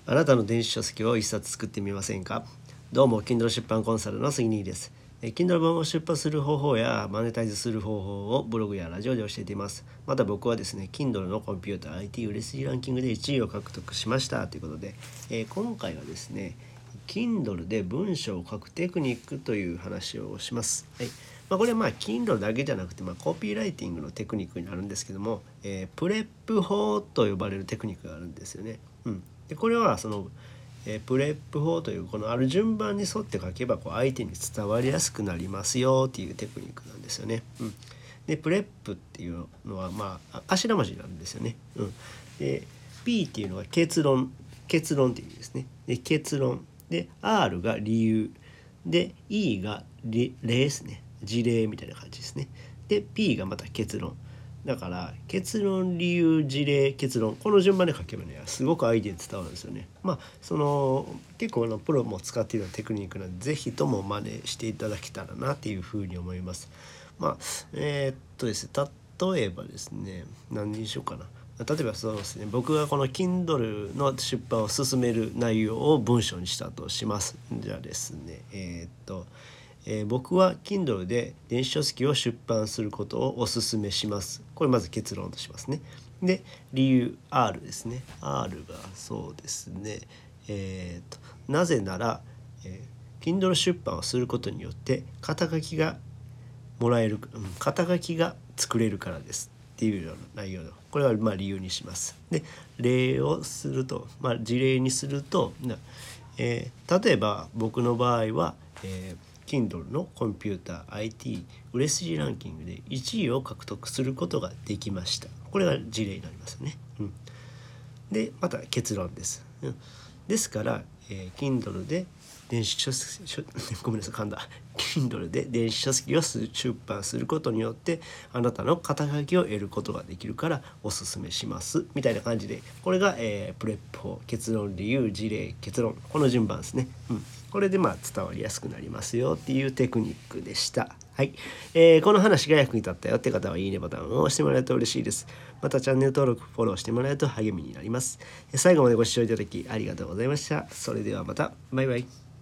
あなたの電子書籍を一冊作ってみませんか？どうも Kindle 出版コンサルの杉兄です。Kindle 本を出版する方法やマネタイズする方法をブログやラジオで教えています。また僕はですね Kindle のコンピューター IT 売れ筋ランキングで1位を獲得しましたということで、今回はですね Kindle で文章を書くテクニックという話をします。これはKindle だけじゃなくて、コピーライティングのテクニックになるんですけども、プレップ法と呼ばれるテクニックがあるんですよね。でこれはその、プレップ法というこのある順番に沿って書けば相手に伝わりやすくなりますよっていうテクニックなんですよね。でプレップっていうのは頭文字なんですよね。で P っていうのは結論っていう意味ですね。で結論で R が理由で E が例ですね。事例みたいな感じですね。で P がまた結論だから結論理由事例結論この順番で書けばねすごくアイデア伝わるんですよね。その結構プロも使っているテクニックなのでぜひとも真似していただけたらなっていうふうに思います。ですね例えばですね何にしようかな。例えばそうですね僕がこの Kindle の出版を進める内容を文章にしたとします。じゃあですね僕は Kindle で電子書籍を出版することをお勧めします。これまず結論としますね。で理由 R ですね。R がそうですねなぜなら、Kindle 出版をすることによって肩書きがもらえる、肩書きが作れるからですっていうような内容のこれは理由にします。で例をすると、事例にすると、例えば僕の場合は、Kindle のコンピューター IT 売れ筋ランキングで1位を獲得することができました。これが事例になりますよね。でまた結論です。ですから、Kindle で電子書籍ごめんなさい噛んだ Kindle で電子書籍を出版することによってあなたの肩書きを得ることができるからおすすめしますみたいな感じでこれが、プレップ法結論理由事例結論この順番ですね。これで伝わりやすくなりますよっていうテクニックでした。この話が役に立ったよって方はいいねボタンを押してもらえると嬉しいです。またチャンネル登録フォローしてもらえると励みになります。最後までご視聴いただきありがとうございました。それではまたバイバイ。